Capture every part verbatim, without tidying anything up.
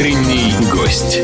Утренний гость.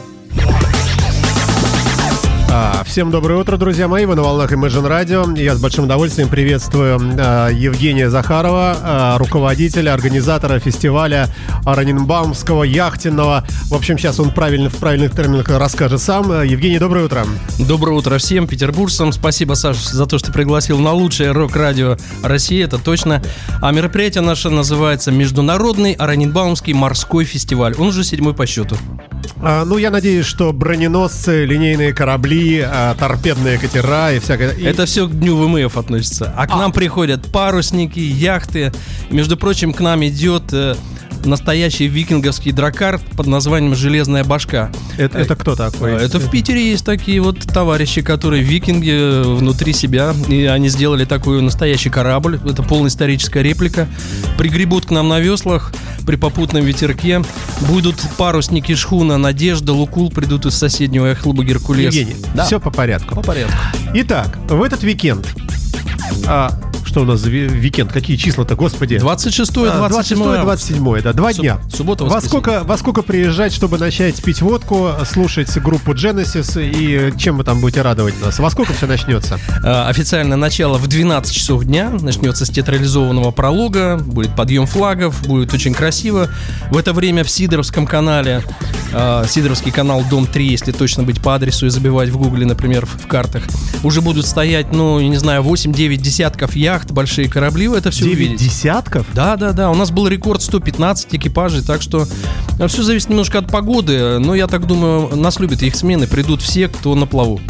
Всем доброе утро, друзья мои, вы на волнах Imagine Radio. Я с большим удовольствием приветствую э, Евгения Захарова, э, руководителя, организатора фестиваля Ораниенбаумского яхтенного. В общем, сейчас он правильно, в правильных терминах расскажет сам. Евгений, доброе утро. Доброе утро всем петербуржцам. Спасибо, Саш, за то, что пригласил на лучшее рок-радио России, это точно. А мероприятие наше называется Международный Ораниенбаумский морской фестиваль. Он уже седьмой по счету. А, ну, я надеюсь, что броненосцы, линейные корабли, а, торпедные катера и всякое... Это все к дню ВМФ относится. А к а. нам приходят парусники, яхты. Между прочим, к нам идет э, настоящий викинговский дракар под названием «Железная башка». Это, это кто такой? Это в Питере есть такие вот товарищи, которые викинги внутри себя. И они сделали такой настоящий корабль. Это полноисторическая реплика. Пригребут к нам на веслах при попутном ветерке. Будут парусники шхуна «Надежда», «Лукул» придут из соседнего яхт-клуба «Геркулес». Евгений, да. Все по порядку. По порядку. Итак, в этот уикенд... А, что у нас за уикенд? Какие числа-то, господи? двадцать шестое, двадцать седьмое. двадцать седьмое, да, два Суб- дня. Суббота, во сколько, во сколько приезжать, чтобы начать пить водку, слушать группу Genesis, и чем вы там будете радовать нас? Во сколько все начнется? А, официальное начало в двенадцать часов дня. Начнется с театрализованного пролога. Будет подъем флагов, будет очень красиво. В это время в Сидоровском канале, а, Сидоровский канал, дом три, если точно быть по адресу и забивать в гугле, например, в, в картах, уже будут стоять, ну, я не знаю, восемь-девять десятков яхт, большие корабли, вы это все увидите. девять десятков? Да, да, да. У нас был рекорд сто пятнадцать экипажей, так что все зависит немножко от погоды, но я так думаю, нас любят их смены, придут все, кто на плаву.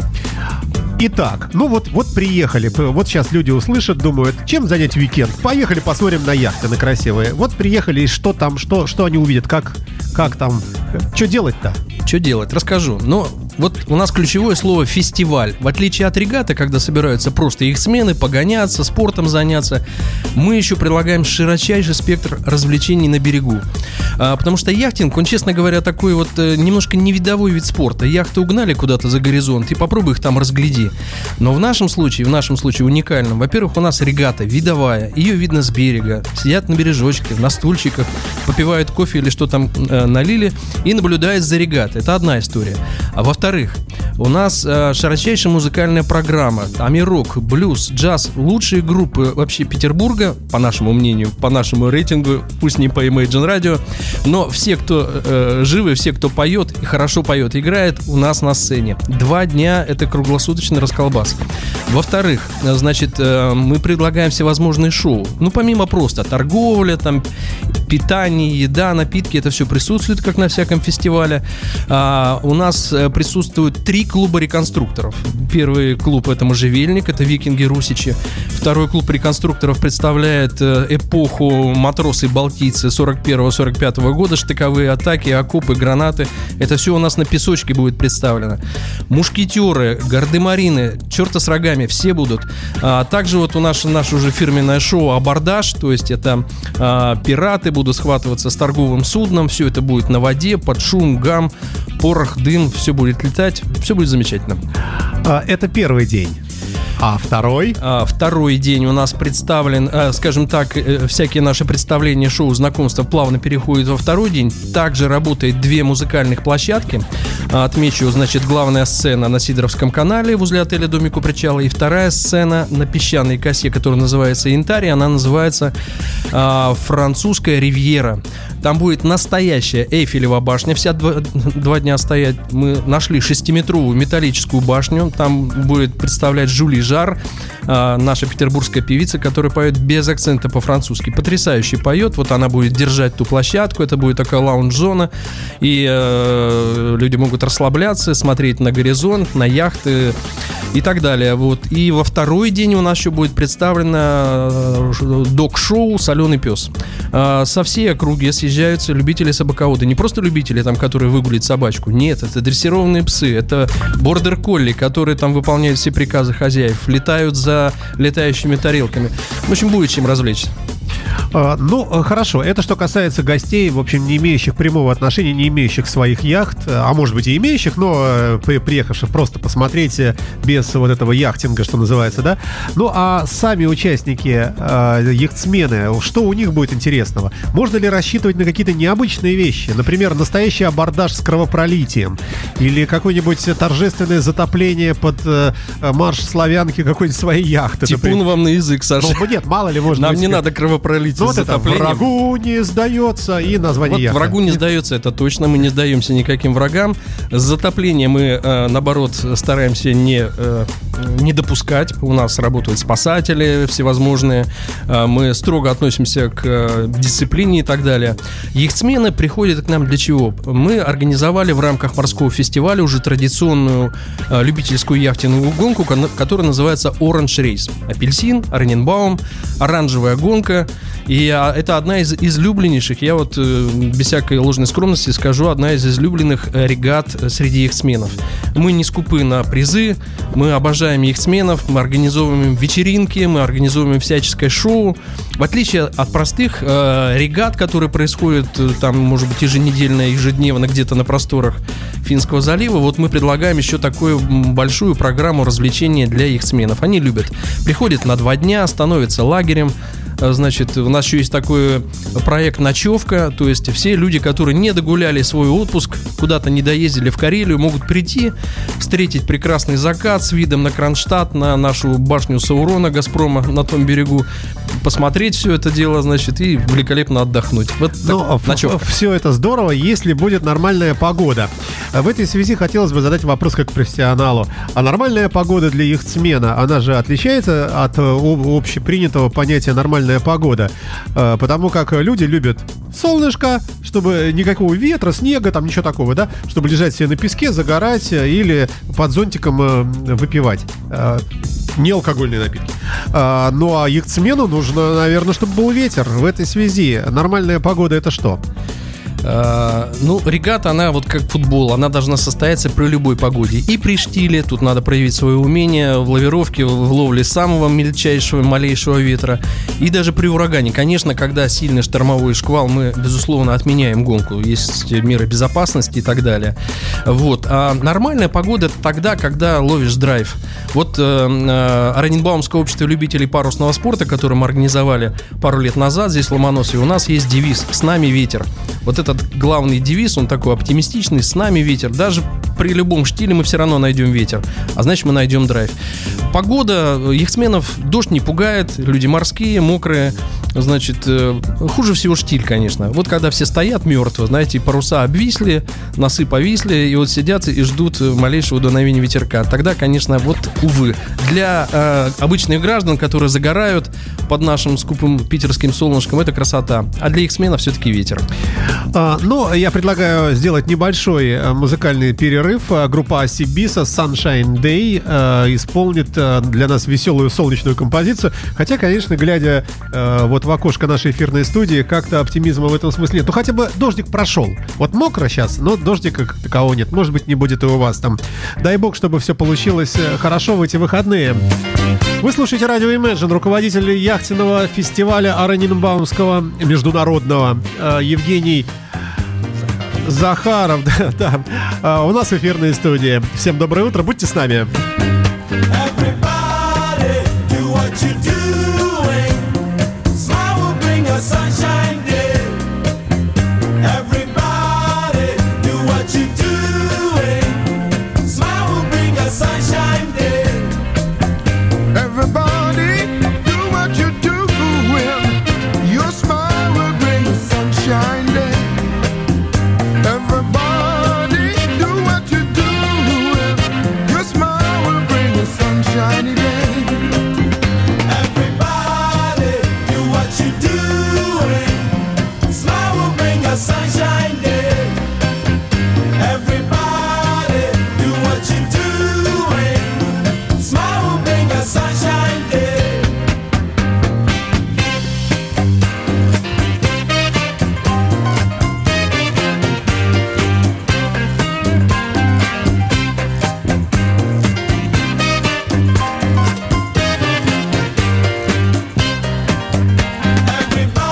Итак, ну вот, вот приехали, вот сейчас люди услышат, думают, чем занять уикенд? Поехали посмотрим на яхты, на красивые. Вот приехали, и что там, что, что они увидят, как, как там, что делать-то? Что делать? Расскажу. Ну, вот у нас ключевое слово «фестиваль». В отличие от регаты, когда собираются просто их смены, погоняться, спортом заняться, мы еще предлагаем широчайший спектр развлечений на берегу. А, потому что яхтинг, он, честно говоря, такой вот э, немножко невидовой вид спорта. Яхты угнали куда-то за горизонт, и попробуй их там разгляди. Но в нашем случае, в нашем случае уникальном, во-первых, у нас регата видовая, ее видно с берега. Сидят на бережочке, на стульчиках, попивают кофе или что там э, налили и наблюдают за регатой. Это одна история. А во-вторых, у нас э, широчайшая музыкальная программа. Там и рок, блюз, джаз. Лучшие группы вообще Петербурга, по нашему мнению, по нашему рейтингу, пусть не по Imagine Radio, но все, кто э, живы, все, кто поет и хорошо поет, играет, у нас на сцене. Два дня — это круглосуточный расколбас. Во-вторых, значит, э, мы предлагаем всевозможные шоу. Ну, помимо просто торговля, там, питание, еда, напитки, это все присутствует, как на всяком фестивале. А, у нас присутствуют три клуба реконструкторов. Первый клуб — это «Можжевельник», это викинги-русичи. Второй клуб реконструкторов представляет эпоху матросы-балтийцы сорок первого сорок пятого года, штыковые атаки, окопы, гранаты. Это все у нас на песочке будет представлено. Мушкетеры, гардемарины, черта с рогами, все будут. А также вот у нас наше уже фирменное шоу «Абордаж», то есть это а, пираты будут схватываться с торговым судном, все это будет на воде, под шум, гам, порох, дым, все будет летать, все будет замечательно. Это первый день. А второй? А, второй день у нас представлен, а, скажем так, э, всякие наши представления, шоу, знакомства плавно переходят во второй день. Также работает две музыкальных площадки. А, отмечу, значит, главная сцена на Сидоровском канале возле отеля «Домик у причала». И вторая сцена на песчаной косе, которая называется «Янтарь». Она называется а, «Французская ривьера». Там будет настоящая Эйфелева башня, вся два, два дня стоять. Мы нашли шестиметровую металлическую башню. Там будет представлять Жюли Жар, э, наша петербургская певица, которая поет без акцента по-французски. Потрясающе поет. Вот она будет держать ту площадку. Это будет такая лаунж-зона. И э, люди могут расслабляться, смотреть на горизонт, на яхты и так далее. Вот. И во второй день у нас еще будет представлено э, док-шоу «Соленый пес». Э, со всей округи съезжаются любители собаковода. Не просто любители, там, которые выгулят собачку. Нет, это дрессированные псы. Это бордер-колли, которые там выполняют все приказы хозяев. Летают за летающими тарелками. В общем, будет чем развлечься. А, ну, хорошо. Это что касается гостей, в общем, не имеющих прямого отношения, не имеющих своих яхт, а может быть и имеющих, но приехавших просто посмотреть без вот этого яхтинга, что называется, да? Ну, а сами участники, э, яхтсмены, что у них будет интересного? Можно ли рассчитывать на какие-то необычные вещи? Например, настоящий абордаж с кровопролитием или какое-нибудь торжественное затопление под э, марш славянки какой-нибудь своей яхты. Типун например. вам на язык, Саша. Ну, нет, мало ли, может Нам быть. не надо кровопролитие. Ну, вот это «Врагу не сдается» и название вот яхты. «Врагу не сдается», это точно. Мы не сдаемся никаким врагам. Затопление мы, э, наоборот, стараемся не, э, не допускать. У нас работают спасатели всевозможные. Э, мы строго относимся к э, дисциплине и так далее. Яхтсмены приходят к нам для чего? Мы организовали в рамках морского фестиваля уже традиционную э, любительскую яхтинговую гонку, которая называется Orange Race. Апельсин, Ораненбаум, оранжевая гонка. И а, это одна из излюбленнейших, я вот э, без всякой ложной скромности скажу, одна из излюбленных э, регат среди яхтсменов. Мы не скупы на призы, мы обожаем яхтсменов, мы организовываем вечеринки, мы организовываем всяческое шоу. В отличие от простых э, регат, которые происходят э, там, может быть, еженедельно, ежедневно где-то на просторах Финского залива, вот мы предлагаем еще такую большую программу развлечений для яхтсменов. Они любят. Приходят на два дня, становятся лагерем. Значит, у нас еще есть такой проект «Ночевка», то есть все люди, которые не догуляли свой отпуск, куда-то не доездили в Карелию, могут прийти, встретить прекрасный закат с видом на Кронштадт, на нашу башню Саурона, Газпрома на том берегу, посмотреть все это дело, значит, и великолепно отдохнуть. Вот ну, ночевка. Все это здорово, если будет нормальная погода. В этой связи хотелось бы задать вопрос как профессионалу. А нормальная погода для яхтсмена, она же отличается от общепринятого понятия «нормальная погода», потому как люди любят солнышко, чтобы никакого ветра, снега, там ничего такого, да, чтобы лежать себе на песке, загорать или под зонтиком выпивать неалкогольные напитки. Ну а яхтсмену нужно, наверное, чтобы был ветер. В этой связи нормальная погода — это что? Uh, ну, регата, она вот как футбол, она должна состояться при любой погоде. И при штиле, тут надо проявить свое умение в лавировке, в ловле самого мельчайшего, малейшего ветра. И даже при урагане. Конечно, когда сильный штормовой шквал, мы, безусловно, отменяем гонку. Есть меры безопасности и так далее. Вот. А нормальная погода — это тогда, когда ловишь драйв. Вот э, э, Ораненбаумское общество любителей парусного спорта, которое мы организовали пару лет назад здесь в Ломоносове, у нас есть девиз «С нами ветер». Вот этот главный девиз, он такой оптимистичный: «С нами ветер». Даже при любом штиле мы все равно найдем ветер, а значит, мы найдем драйв. Погода яхтсменов, дождь не пугает, люди морские, мокрые. Значит, э, хуже всего штиль, конечно. Вот когда все стоят мертво, знаете, паруса обвисли, носы повисли, и вот сидят и ждут малейшего дуновения ветерка. Тогда, конечно, вот, увы, для э, обычных граждан, которые загорают под нашим скупым питерским солнышком, это красота. А для яхтсменов все-таки ветер. А, ну, я предлагаю сделать небольшой музыкальный перерыв. Группа Сибиса Sunshine Day э, исполнит э, для нас веселую солнечную композицию. Хотя, конечно, глядя э, вот в окошко нашей эфирной студии, как-то оптимизма в этом смысле нет. Ну, хотя бы дождик прошел. Вот мокро сейчас, но дождика как такового нет. Может быть, не будет и у вас там. Дай бог, чтобы все получилось хорошо в эти выходные. Вы слушаете радио Imagine, руководитель яхтенного фестиваля Ораненбаумского международного Евгений Захаров. Да, да. У нас в эфирной студии. Всем доброе утро, будьте с нами. Sunshine day. Everybody do what you're doing. Smile will bring a sunshine day. Everybody do what you're doing. Your smile will bring a sunshine day. Everybody do what you're doing. Your smile will bring a sunshiny day. Everybody do what you do. A sunshine day. Everybody do what you're doing. Smile will bring a sunshine day. Everybody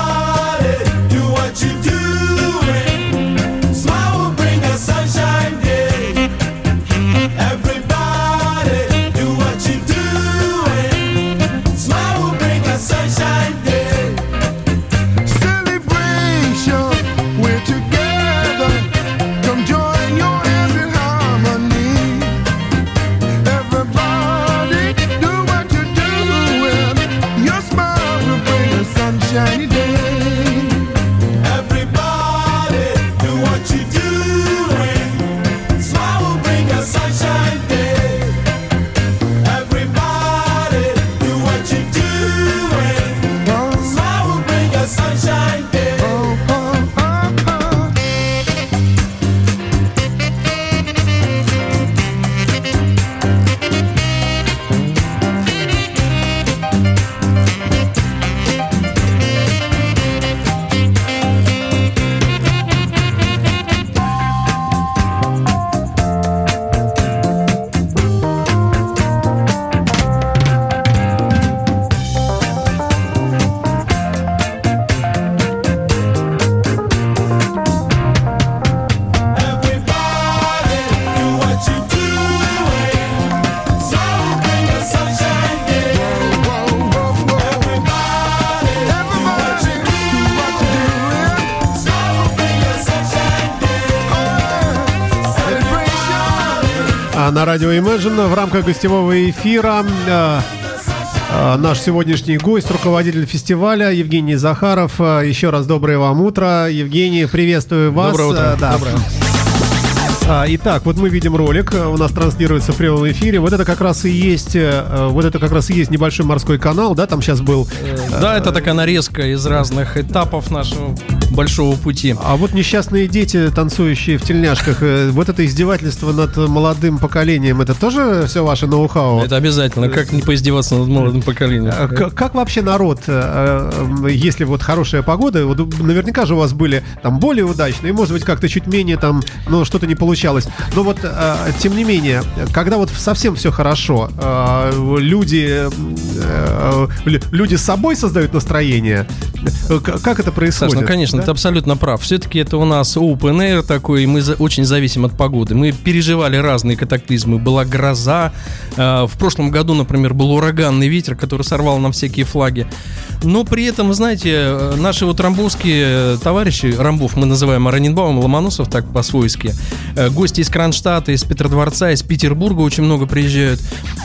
А, на радио Imagine в рамках гостевого эфира а, а, наш сегодняшний гость, руководитель фестиваля Евгений Захаров. А, еще раз доброе вам утро. Евгений, приветствую вас. Доброе утро. А, да. Доброе. А, итак, вот мы видим ролик, у нас транслируется в прямом эфире. Вот это как раз и есть, э, вот это как раз и есть небольшой морской канал, да? Там сейчас был. Э, да, это такая нарезка из разных этапов нашего большого пути. А вот несчастные дети, танцующие в тельняшках, э, вот это издевательство над молодым поколением, это тоже все ваше ноу-хау? Это обязательно. Как не поиздеваться над молодым поколением? А, к- как вообще народ, э, э, если вот хорошая погода, вот наверняка же у вас были там более удачные, может быть, как-то чуть менее там, ну, что-то не получалось. Но вот, э, тем не менее, когда вот совсем все хорошо, э, люди, э, люди с собой создают настроение, э, как это происходит? Саш, ну, конечно, да? ты абсолютно прав. Все-таки это у нас open air такой, и мы за, очень зависим от погоды. Мы переживали разные катаклизмы. Была гроза. Э, в прошлом году, например, был ураганный ветер, который сорвал нам всякие флаги. Но при этом, вы знаете, наши вот рамбовские товарищи, рамбов мы называем Аранинбаум, Ломоносов, так по-свойски, гости из Кронштадта, из Петродворца, из Петербурга очень много приезжают.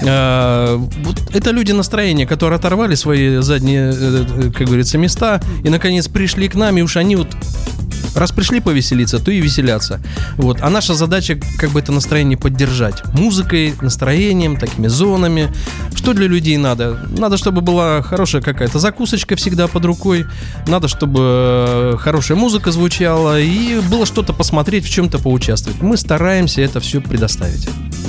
Вот это люди настроения, которые оторвали свои задние, как говорится, места и, наконец, пришли к нам, и уж они вот раз пришли повеселиться, то и веселятся. Вот. А наша задача как бы это настроение поддержать. Музыкой, настроением, такими зонами. Что для людей надо? Надо, чтобы была хорошая какая-то закусочка всегда под рукой. Надо, чтобы хорошая музыка звучала. И было что-то посмотреть, в чем-то поучаствовать. Мы стараемся это все предоставить.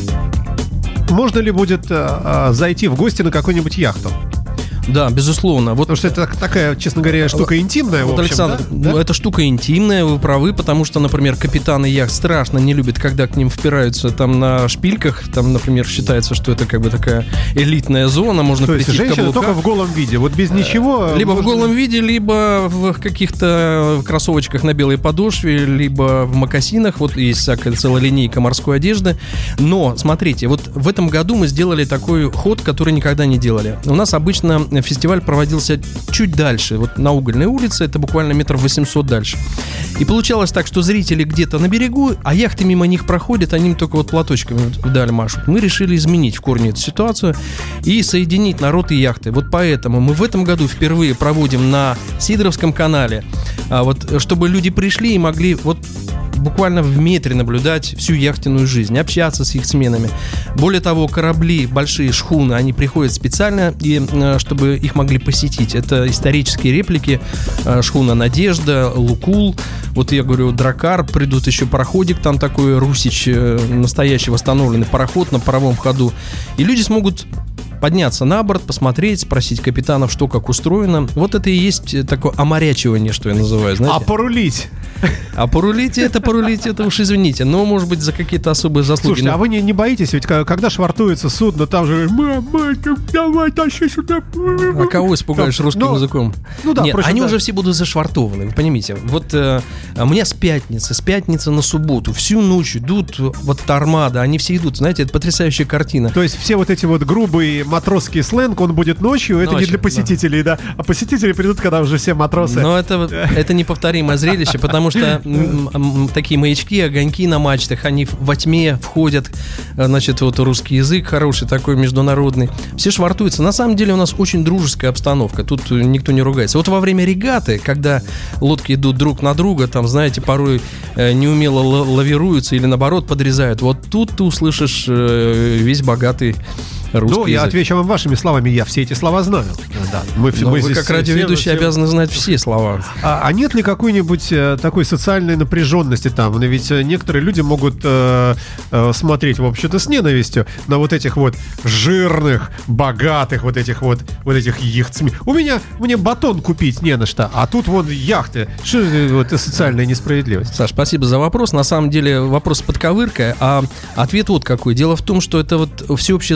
Можно ли будет э, зайти в гости на какую-нибудь яхту? Да, безусловно. Вот, потому что это такая, честно говоря, штука интимная. Вот, в общем, Александр, да? ну, эта штука интимная, вы правы, потому что, например, капитаны яхт страшно не любят, когда к ним впираются там на шпильках. Там, например, считается, что это как бы такая элитная зона, можно То есть прийти в женщина каблуках. только в голом виде, вот без ничего. Либо можно... в голом виде, либо в каких-то кроссовочках на белой подошве, либо в мокасинах. Вот есть всякая целая линейка морской одежды. Но, смотрите, вот в этом году мы сделали такой ход, который никогда не делали. У нас обычно фестиваль проводился чуть дальше, вот на Угольной улице, это буквально метров восемьсот дальше. И получалось так, что зрители где-то на берегу, а яхты мимо них проходят, они им только вот платочками вдаль машут. Мы решили изменить в корне эту ситуацию и соединить народ и яхты. Вот поэтому мы в этом году впервые проводим на Сидоровском канале, а вот, чтобы люди пришли и могли вот буквально в метре наблюдать всю яхтенную жизнь, общаться с их сменами. Более того, корабли, большие шхуны, они приходят специально, и, чтобы их могли посетить. Это исторические реплики. Шхуна «Надежда», «Лукул». Вот я говорю, «Дракар». Придут еще пароходик, там такой «Русич», настоящий восстановленный пароход на паровом ходу. И люди смогут подняться на борт, посмотреть, спросить капитанов, что как устроено. Вот это и есть такое оморячивание, что я называю, знаете. А порулить? А порулить это порулить, это уж извините, но может быть за какие-то особые заслуги. Слушайте, а вы не, не боитесь, ведь когда швартуется судно, там же мама, давай, тащи сюда. А кого испугаешь русским ну, языком? Ну да, Нет, проще, они да. уже все будут зашвартованы, вы понимаете. Вот э, у меня с пятницы, с пятницы на субботу, всю ночь идут вот эта армада, они все идут, знаете, это потрясающая картина. То есть все вот эти вот грубые матросский сленг, он будет ночью, это Ночью, не для посетителей, да. да. А посетители придут, когда уже все матросы. Но это, это неповторимое зрелище, потому что м- м- такие маячки, огоньки на мачтах, они во тьме входят, значит, вот русский язык хороший такой, международный. Все швартуются. На самом деле у нас очень дружеская обстановка, тут никто не ругается. Вот во время регаты, когда лодки идут друг на друга, там, знаете, порой э, неумело л- лавируются или наоборот подрезают, вот тут ты услышишь э, весь богатый русский Ну, я язык. отвечу вам вашими словами, я все эти слова знаю. Да. Мы, Но мы вы здесь как все- радиоведущий все- обязаны знать все слова. А, а нет ли какой-нибудь э, такой социальной напряженности там? Ну, ведь э, некоторые люди могут э, э, смотреть, в общем-то, с ненавистью на вот этих вот жирных, богатых вот этих вот, вот этих яхтсмен. У меня, мне батон купить не на что, а тут вон яхты. Что это вот, социальная несправедливость? Саш, спасибо за вопрос. На самом деле вопрос с подковыркой, а ответ вот какой. Дело в том, что это вот всеобщее заблуждение.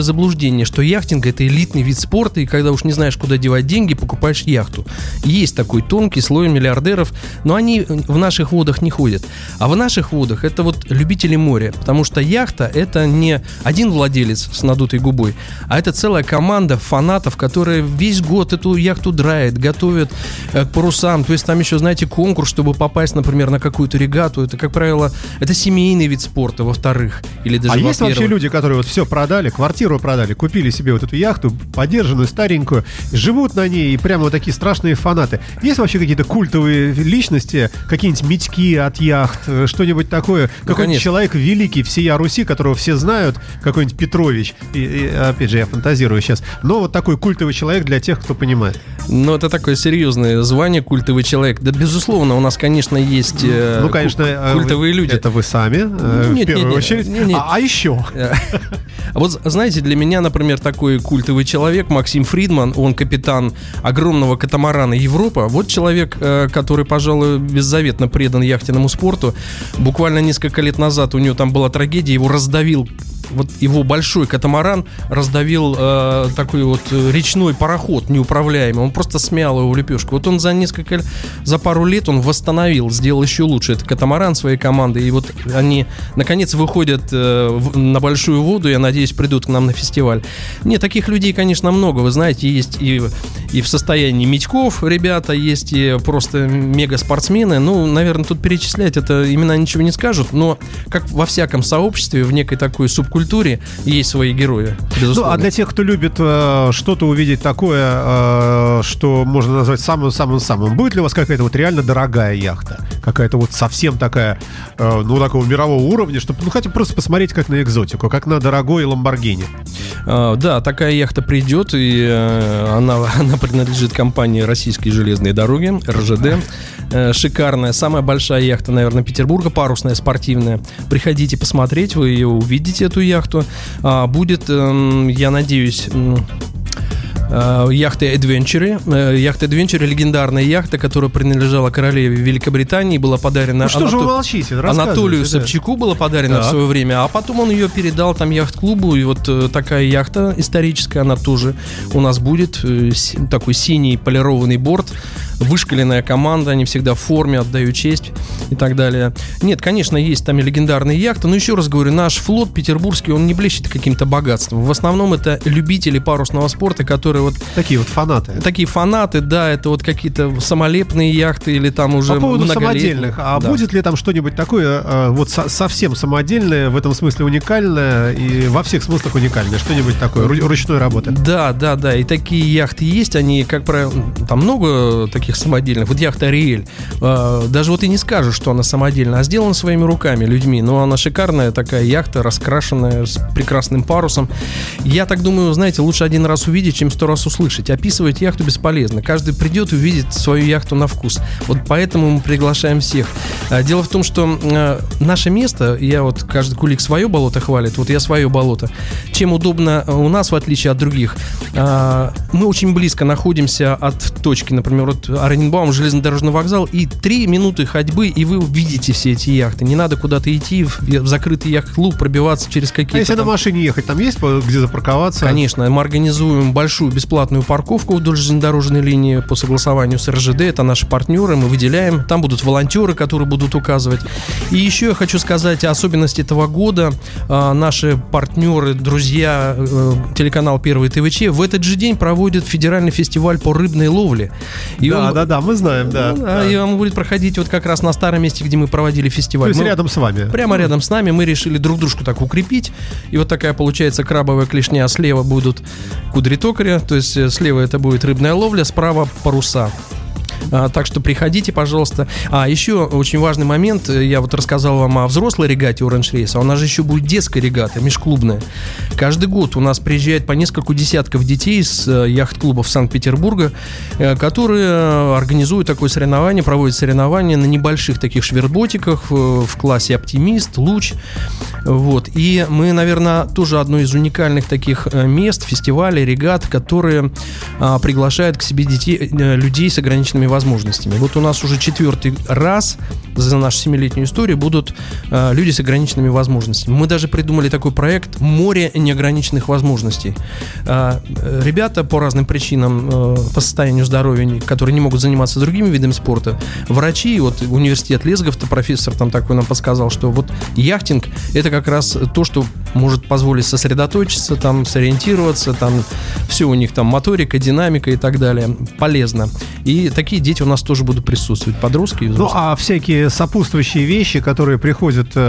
убеждение, что яхтинг — это элитный вид спорта, и когда уж не знаешь, куда девать деньги, покупаешь яхту. Есть такой тонкий слой миллиардеров, но они в наших водах не ходят. А в наших водах это вот любители моря, потому что яхта — это не один владелец с надутой губой, а это целая команда фанатов, которые весь год эту яхту драят, готовят э, к парусам. То есть там еще, знаете, конкурс, чтобы попасть, например, на какую-то регату. Это, как правило, это семейный вид спорта, во-вторых, или даже А во-первых. есть вообще люди, которые вот все продали, квартиру продали, купили себе вот эту яхту, подержанную, старенькую, живут на ней, и прямо вот такие страшные фанаты. Есть вообще какие-то культовые личности, какие-нибудь Митьки от яхт, что-нибудь такое? Ну, Какой-нибудь конечно. человек великий, всея Руси, которого все знают, какой-нибудь Петрович. И, и, опять же, я фантазирую сейчас. Но вот такой культовый человек для тех, кто понимает. Ну, это такое серьезное звание, культовый человек. Да, безусловно, у нас, конечно, есть э, Ну, конечно, ку- э, культовые вы- люди. это вы сами, э, Нет, в первую нет, нет, очередь. нет, нет. А, а еще? А вот, знаете, для меня, например, такой культовый человек, Максим Фридман, он капитан огромного катамарана «Европа». Вот человек, э, который, пожалуй, беззаветно предан яхтенному спорту. Буквально несколько лет назад у него там была трагедия, его раздавил, вот его большой катамаран раздавил э, такой вот речной пароход неуправляемый. Он просто смял его в лепешку. Вот он за несколько, за пару лет он восстановил, сделал еще лучше этот катамаран своей команды. И вот они, наконец, выходят э, в, на большую воду. Я надеюсь, придут к нам на фестиваль. Нет, таких людей, конечно, много. Вы знаете, есть и, и в состоянии Митьков ребята, есть и просто мега-спортсмены. Ну, наверное, тут перечислять это имена ничего не скажут. Но, как во всяком сообществе, в некой такой субкультуре есть свои герои, безусловно. Ну, а для тех, кто любит э, что-то увидеть такое, э, что можно назвать самым-самым-самым, будет ли у вас какая-то вот реально дорогая яхта? Какая-то вот совсем такая, э, ну, такого мирового уровня, чтобы, ну, хотя бы просто посмотреть как на экзотику, как на дорогой Ламборгини. А, да, такая яхта придет, и э, она, она принадлежит компании «Российские железные дороги», эр жэ дэ. Э, шикарная, самая большая яхта, наверное, Петербурга, парусная, спортивная. Приходите посмотреть, вы ее увидите, эту яхту. А, будет, э, я надеюсь... яхты Adventure. Яхта Adventure — легендарная яхта, которая принадлежала королеве Великобритании, была подарена Ну что же вы молчите? Рассказывайте, Анатолию да. Собчаку, была подарена Так. в свое время, а потом он ее передал там яхт-клубу, и вот э, такая яхта историческая, она тоже у нас будет. Э, с- такой синий полированный борт, вышкаленная команда, они всегда в форме, отдаю честь и так далее. Нет, конечно, есть там и легендарные яхты, но еще раз говорю, наш флот петербургский, он не блещет каким-то богатством. В основном это любители парусного спорта, которые вот Такие вот фанаты. такие фанаты, да, это вот какие-то самолетные яхты или там уже По поводу многолетние. самодельных, а Да. будет ли там что-нибудь такое, э, вот со- совсем самодельное, в этом смысле уникальное и во всех смыслах уникальное, что-нибудь такое, ру- ручной работы? Да, да, да, и такие яхты есть, они, как правило, там много таких самодельных. Вот яхта Ариэль, э, даже вот и не скажешь, что она самодельная, а сделана своими руками, людьми, но она шикарная такая яхта, раскрашенная, с прекрасным парусом. Я так думаю, знаете, лучше один раз увидеть, чем сто раз услышать. Описывать яхту бесполезно. Каждый придет и увидит свою яхту на вкус. Вот поэтому мы приглашаем всех. А, Дело в том, что э, наше место, я вот, каждый кулик свое болото хвалит, вот я свое болото. Чем удобно у нас, в отличие от других, э, мы очень близко находимся от точки, например, вот Оренбаум, железнодорожный вокзал, и три минуты ходьбы, и вы увидите все эти яхты. Не надо куда-то идти в, в закрытый яхт-клуб, пробиваться через какие-то... А если там- на машине ехать, там есть по- где запарковаться? Конечно, мы организуем большую бесплатную парковку вдоль железнодорожной линии по согласованию с эр жэ дэ. Это наши партнеры, мы выделяем. Там будут волонтеры, которые будут указывать. И еще я хочу сказать о особенности этого года. А, Наши партнеры, друзья, э, телеканал Первый тэ вэ че в этот же день проводят федеральный фестиваль по рыбной ловле. И Да, он- да, да, мы знаем, да. Ну, да. И он будет проходить вот как раз на старом месте, где мы проводили То фестиваль. есть Мы- рядом с вами. Прямо рядом с нами мы решили друг дружку так укрепить. И вот такая получается крабовая клешня. Слева будут кудри токаря, то есть э, слева это будет рыбная ловля, справа паруса. А, так что приходите, пожалуйста. А еще очень важный момент. Я вот рассказал вам о взрослой регате Orange Race, а у нас же еще будет детская регата, межклубная. Каждый год у нас приезжает по нескольку десятков детей с э, яхт-клубов Санкт-Петербурга, э, которые организуют такое соревнование, проводят соревнования на небольших таких шверботиках э, в классе «Оптимист», «Луч». Вот. И мы, наверное, тоже одно из уникальных таких э, мест, фестивалей, регат, которые э, приглашают к себе детей, э, людей с ограниченными возможностями. Вот у нас уже четвертый раз за нашу семилетнюю историю будут э, люди с ограниченными возможностями. Мы даже придумали такой проект «Море неограниченных возможностей». Э, ребята по разным причинам, э, по состоянию здоровья, которые не могут заниматься другими видами спорта, врачи, вот университет Лесговта, профессор там такой нам подсказал, что вот яхтинг – это как раз то, что может позволить сосредоточиться, там, сориентироваться, там, все у них там моторика, динамика и так далее. Полезно. И такие дети у нас тоже будут присутствовать, подростки и взрослые. Ну, а всякие сопутствующие вещи, которые приходят э,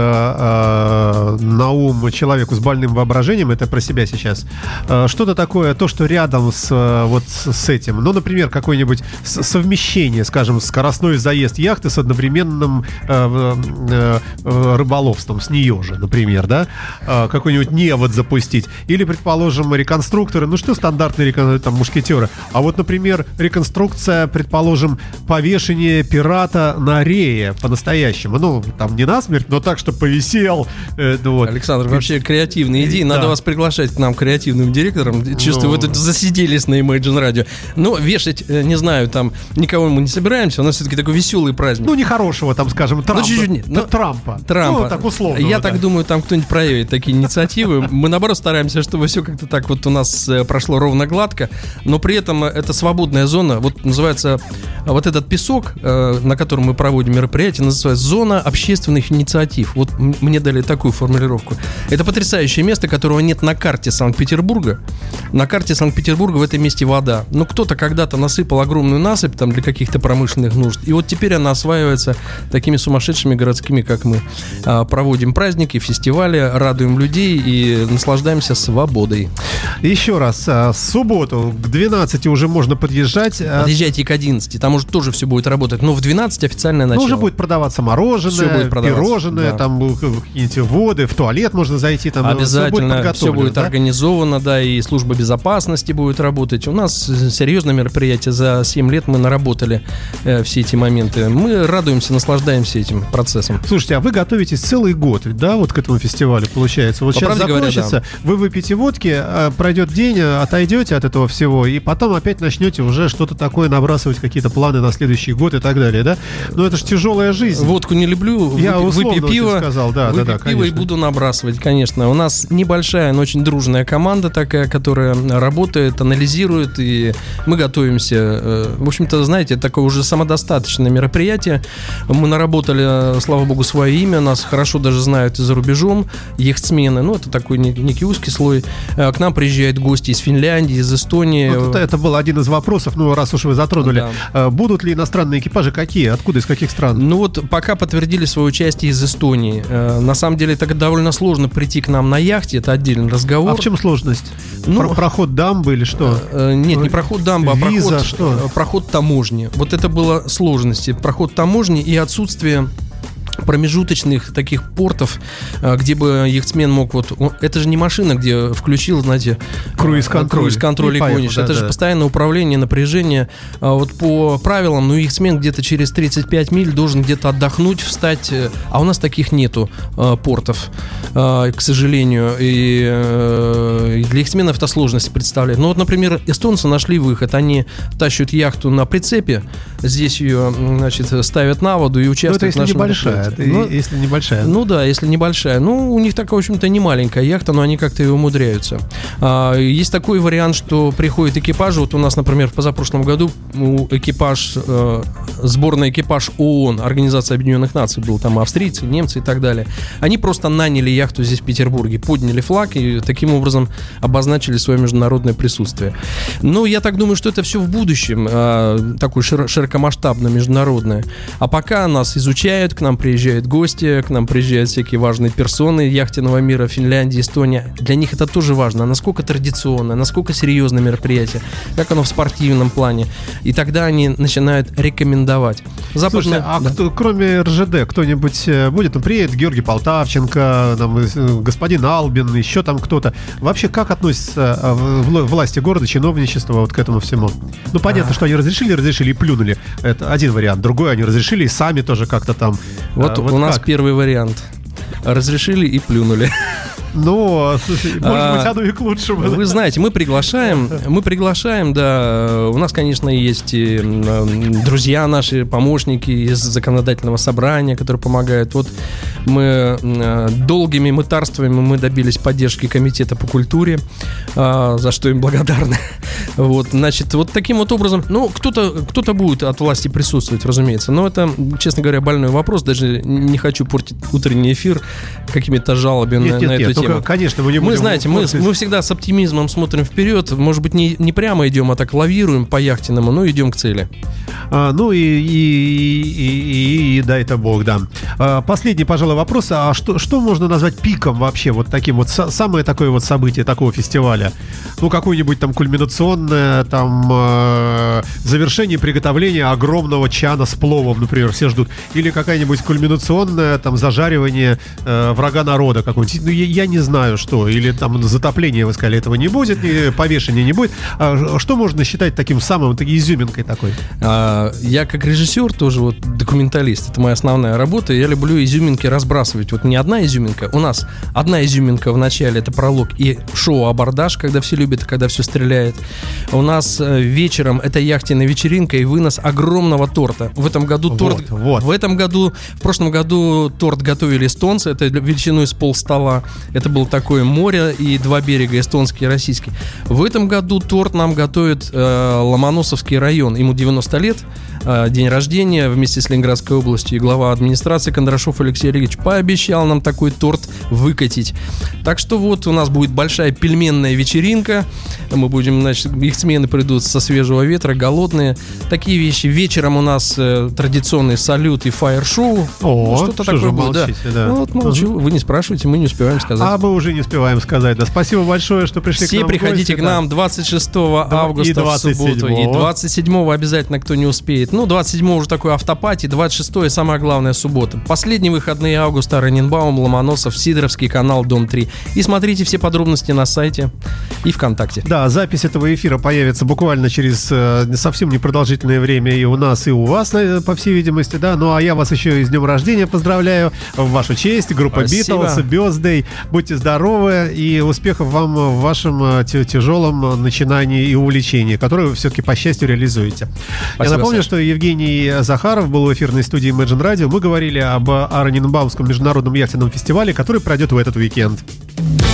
э, на ум человеку с больным воображением, это про себя сейчас, э, что-то такое, то, что рядом с, э, вот с этим, ну, например, какое-нибудь совмещение, скажем, скоростной заезд яхты с одновременным э, э, э, рыболовством, с нее же, например, да, э, какой-нибудь невод запустить, или, предположим, реконструкторы, ну, что стандартные там мушкетеры, а вот, например, реконструкция, предположим, повешение пирата на рее по-настоящему. Ну, там не насмерть, но так, чтобы повисел. Э, ну, вот. Александр, вообще креативные идеи. Надо да. вас приглашать к нам креативным директором. Чувствую, ну... вы тут засиделись на Imagine Radio. Но вешать, не знаю, там никого мы не собираемся. У нас все-таки такой веселый праздник. Ну, нехорошего, там, скажем, Трампа. Ну, чуть-чуть нет. Ну, Трампа. Трампа. Ну, так условно. Я да. так думаю, там кто-нибудь проявит такие инициативы. Мы, наоборот, стараемся, чтобы все как-то так вот у нас прошло ровно гладко. Но при этом это свободная зона. Вот называется вот этот песок, на котором мы проводим мероприятие, называется зона общественных инициатив. Вот мне дали такую формулировку. Это потрясающее место, которого нет на карте Санкт-Петербурга. На карте Санкт-Петербурга в этом месте вода. Но кто-то когда-то насыпал огромную насыпь там для каких-то промышленных нужд. И вот теперь она осваивается такими сумасшедшими городскими, как мы. Проводим праздники, фестивали, радуем людей и наслаждаемся свободой. Еще раз, в субботу к двенадцати уже можно подъезжать. Подъезжайте к одиннадцати, там уже тоже все будет работать. Но в двенадцать официальное начало. Ну, уже будет продаваться мороженое, будет продаваться, пирожное, да. там какие-нибудь воды, в туалет можно зайти. Там обязательно, все будет да? организовано, да, и служба безопасности будет работать. У нас серьезное мероприятие, за семь лет мы наработали э, все эти моменты. Мы радуемся, наслаждаемся этим процессом. Слушайте, а вы готовитесь целый год, да, вот к этому фестивалю, получается? Вот По сейчас закончится, говоря, да. вы выпьете водки, пройдет день, отойдете от этого всего, и потом опять начнете уже что-то такое набрасывать, какие-то планы на следующий год и так далее, да? Но это же тяжелая жизнь. Водку не люблю, Я выпью пиво, сказал, да, выпью да, да, пиво и буду набрасывать, конечно. У нас небольшая, но очень дружная команда такая, которая работает, анализирует, и мы готовимся. В общем-то, знаете, это такое уже самодостаточное мероприятие. Мы наработали, слава богу, свое имя, нас хорошо даже знают и за рубежом, яхтсмены, ну, это такой некий узкий слой. К нам приезжают гости из Финляндии, из Эстонии. Вот это, это был один из вопросов, ну, раз уж вы затронули. Да. Будут ли иностранные экипажи? Какие? Откуда? Из каких стран? Ну, вот пока подтвердили свое участие из Эстонии. На самом деле, это довольно сложно прийти к нам на яхте, это отдельный разговор. А в чем сложность? Ну, Про- проход дамбы или что? Нет, не проход дамбы, Виза, а проход, что? проход таможни. Вот это было сложности. Проход таможни и отсутствие промежуточных таких портов, где бы яхтсмен мог вот... Это же не машина, где включил, знаете... Круиз-контроль. Круиз-контроль и, и гонишь. Да, это да. же постоянное управление, напряжение. Вот по правилам, ну, яхтсмен где-то через тридцать пять миль должен где-то отдохнуть, встать. А у нас таких нету портов, к сожалению. И для яхтсменов это сложность представляет. Ну, вот, например, эстонцы нашли выход. Они тащат яхту на прицепе, здесь ее, значит, ставят на воду и участвуют в нашем небольшая. Это, ну, если небольшая. Ну да, если небольшая. Ну, у них такая, в общем-то, не маленькая яхта, но они как-то и умудряются. А, есть такой вариант, что приходят экипажи. Вот у нас, например, в позапрошлом году экипаж, э, сборный экипаж ООН, Организация Объединенных Наций, был там австрийцы, немцы и так далее. Они просто наняли яхту здесь в Петербурге, подняли флаг и таким образом обозначили свое международное присутствие. Но я так думаю, что это все в будущем, э, такое широ- широкомасштабное, международное. А пока нас изучают, к нам приезжают гости, к нам приезжают всякие важные персоны яхтенного мира, Финляндия, Эстония. Для них это тоже важно. Насколько традиционное, насколько серьезное мероприятие, как оно в спортивном плане. И тогда они начинают рекомендовать. Западная... Слушайте, а да. кто, кроме РЖД, кто-нибудь будет? Ну, приедет Георгий Полтавченко, там, господин Албин, еще там кто-то. Вообще, как относятся власти города, чиновничество вот к этому всему? Ну, понятно, а... что они разрешили, разрешили и плюнули. Это один вариант. Другой, они разрешили и сами тоже как-то там. Вот, а, вот у нас как? первый вариант. Разрешили и плюнули. Ну, слушай, может А, быть, оно и к лучшему. Вы знаете, мы приглашаем, мы приглашаем, да, у нас, конечно, есть и, м, друзья наши, помощники из законодательного собрания, которые помогают. Вот мы э, долгими мытарствами мы добились поддержки комитета по культуре, э, за что им благодарны. Вот, значит, вот таким вот образом, ну, кто-то, кто-то будет от власти присутствовать, разумеется, но это, честно говоря, больной вопрос, даже не хочу портить утренний эфир какими-то жалобами Нет, на, нет, на нет, эту только, тему. конечно, мы не Мы, будем знаете, мы, портить. мы всегда с оптимизмом смотрим вперед. Может быть, не, не прямо идем, а так лавируем по яхтенному, но идем к цели. А, ну и, и, и, и, и дай-то бог, да. А, последний, пожалуй, вопрос. А что, что можно назвать пиком вообще, вот таким вот, са- самое такое вот событие такого фестиваля? Ну, какое-нибудь там кульминационное, там, э, завершение приготовления огромного чана с пловом, например, все ждут. Или какая-нибудь кульминационное, там, зажаривание э, врага народа какого-нибудь. Ну, я, я не знаю, что. Или там затопление, вы сказали, этого не будет, и повешения не будет. А что можно считать таким самым, такой изюминкой такой? А, я как режиссер тоже вот документалист, это моя основная работа. Я люблю изюминки разбрасывать. Вот не одна изюминка. У нас одна изюминка в начале, это пролог и шоу «Абордаж», когда все любят, когда все стреляет. У нас э, вечером это яхтенная вечеринка и вынос огромного торта. В этом году торт. Вот, вот. В этом году, в прошлом году торт готовили эстонцы. Это величиной с полстола. Это было такое море и два берега, эстонский и российский. В этом году торт нам готовит э, Ломоносовский район. Ему девяносто лет, э, день рождения, вместе с Ленинградской областью. И глава администрации Кондрашов Алексей Олегович пообещал нам такой торт выкатить. Так что вот у нас будет большая пельменная вечеринка. Мы будем, значит, их смены придут со свежего ветра, голодные. Такие вещи. Вечером у нас э, традиционный салют и фаер-шоу. О, Что-то что же такое будет, да. молчите, да. Ну, вот молчу. Вы не спрашиваете, мы не успеваем сказать. А мы уже не успеваем сказать. Да, спасибо большое, что пришли к Все нам в приходите гости, к да. нам двадцать шестого августа и двадцать седьмого. в субботу. И двадцать седьмого обязательно, кто не успеет. Ну, двадцать седьмого уже такой автопати, двадцать шестого самая главная суббота. Последние выходные августа Раненбаум, Ломоносов, Сидоровский канал, Дом три. И смотрите все подробности на сайте и ВКонтакте. Да, запись этого эфира появится буквально через э, совсем непродолжительное время и у нас, и у вас, э, по всей видимости, да. Ну, а я вас еще и с днем рождения поздравляю. В вашу честь. Группа Спасибо. Beatles, Birthday. Будьте здоровы и успехов вам в вашем э, т- тяжелом начинании и увлечении, которое вы все-таки, по счастью, реализуете. Спасибо, я напомню, Саша. что Евгений Захаров был в эфирной студии Imagine Radio. Мы говорили об Араненбаумском международном яхтенном фестивале, который пройдет в этот уикенд.